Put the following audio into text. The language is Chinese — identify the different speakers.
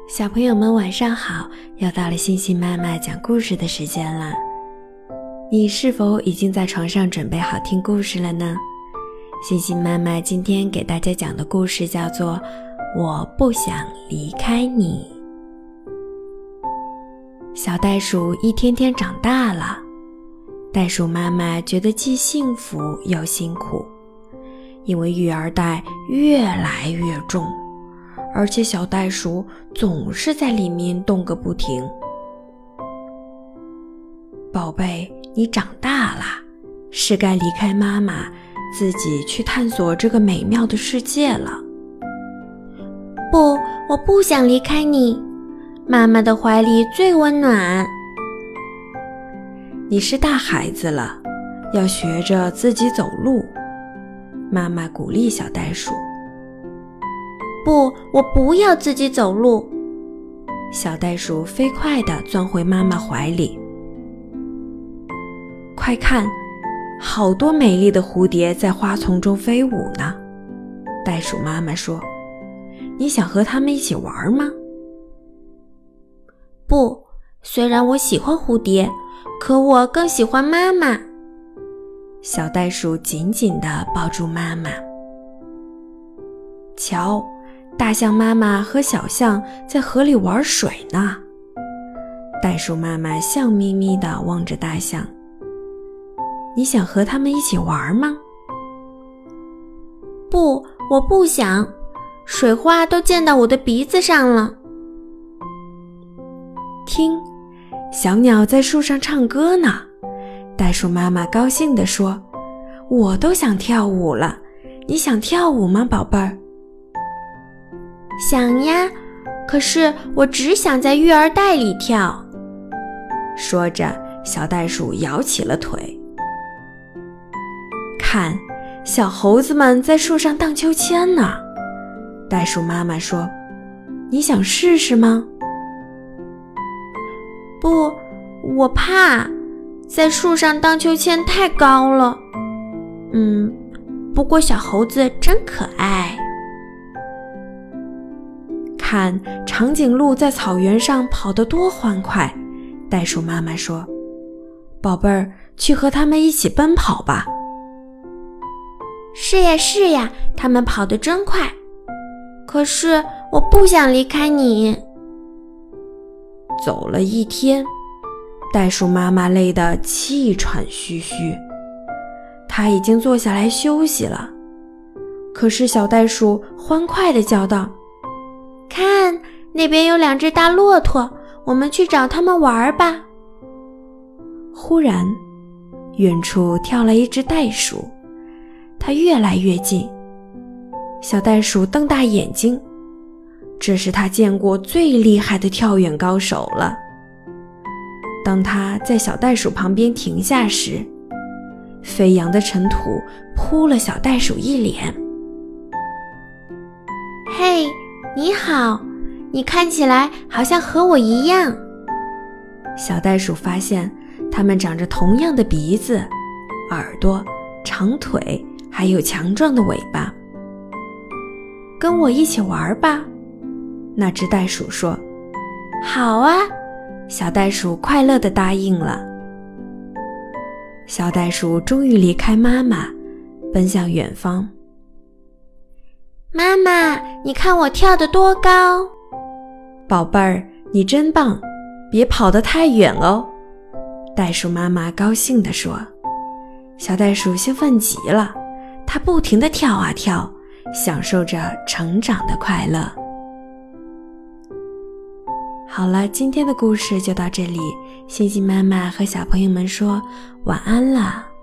Speaker 1: 小朋友们晚上好，又到了星星妈妈讲故事的时间了。你是否已经在床上准备好听故事了呢？星星妈妈今天给大家讲的故事叫做我不想离开你。小袋鼠一天天长大了，袋鼠妈妈觉得既幸福又辛苦，因为育儿袋越来越重，而且小袋鼠总是在里面动个不停。宝贝，你长大了，是该离开妈妈，自己去探索这个美妙的世界了。
Speaker 2: 不，我不想离开你，妈妈的怀里最温暖。
Speaker 1: 你是大孩子了，要学着自己走路。妈妈鼓励小袋鼠。
Speaker 2: 不，我不要自己走路。
Speaker 1: 小袋鼠飞快地钻回妈妈怀里。快看，好多美丽的蝴蝶在花丛中飞舞呢。袋鼠妈妈说，你想和它们一起玩吗？
Speaker 2: 不，虽然我喜欢蝴蝶，可我更喜欢妈妈。
Speaker 1: 小袋鼠紧紧地抱住妈妈。瞧，大象妈妈和小象在河里玩水呢。袋鼠妈妈笑眯眯地望着大象。你想和他们一起玩吗？
Speaker 2: 不，我不想，水花都溅到我的鼻子上了。
Speaker 1: 听，小鸟在树上唱歌呢。袋鼠妈妈高兴地说，我都想跳舞了，你想跳舞吗，宝贝儿？
Speaker 2: 想呀，可是我只想在育儿袋里跳。
Speaker 1: 说着，小袋鼠摇起了腿。看，小猴子们在树上荡秋千呢。袋鼠妈妈说，你想试试吗？
Speaker 2: 不，我怕，在树上荡秋千太高了。不过小猴子真可爱。
Speaker 1: 看，长颈鹿在草原上跑得多欢快。袋鼠妈妈说，宝贝儿，去和它们一起奔跑吧。
Speaker 2: 是呀是呀，他们跑得真快，可是我不想离开你。
Speaker 1: 走了一天，袋鼠妈妈累得气喘吁吁，她已经坐下来休息了。可是小袋鼠欢快地叫道，
Speaker 2: 看，那边有2只大骆驼，我们去找它们玩吧。
Speaker 1: 忽然，远处跳了一只袋鼠，它越来越近。小袋鼠瞪大眼睛，这是它见过最厉害的跳远高手了。当它在小袋鼠旁边停下时，飞扬的尘土扑了小袋鼠一脸。
Speaker 2: 嘿，你好，你看起来好像和我一样。
Speaker 1: 小袋鼠发现它们长着同样的鼻子、耳朵、长腿，还有强壮的尾巴。跟我一起玩吧，那只袋鼠说。
Speaker 2: 好啊，
Speaker 1: 小袋鼠快乐地答应了。小袋鼠终于离开妈妈，奔向远方。
Speaker 2: 妈妈，你看我跳得多高。
Speaker 1: 宝贝儿，你真棒，别跑得太远哦。袋鼠妈妈高兴地说。小袋鼠兴奋极了，它不停地跳啊跳，享受着成长的快乐。好了，今天的故事就到这里，星星妈妈和小朋友们说晚安了。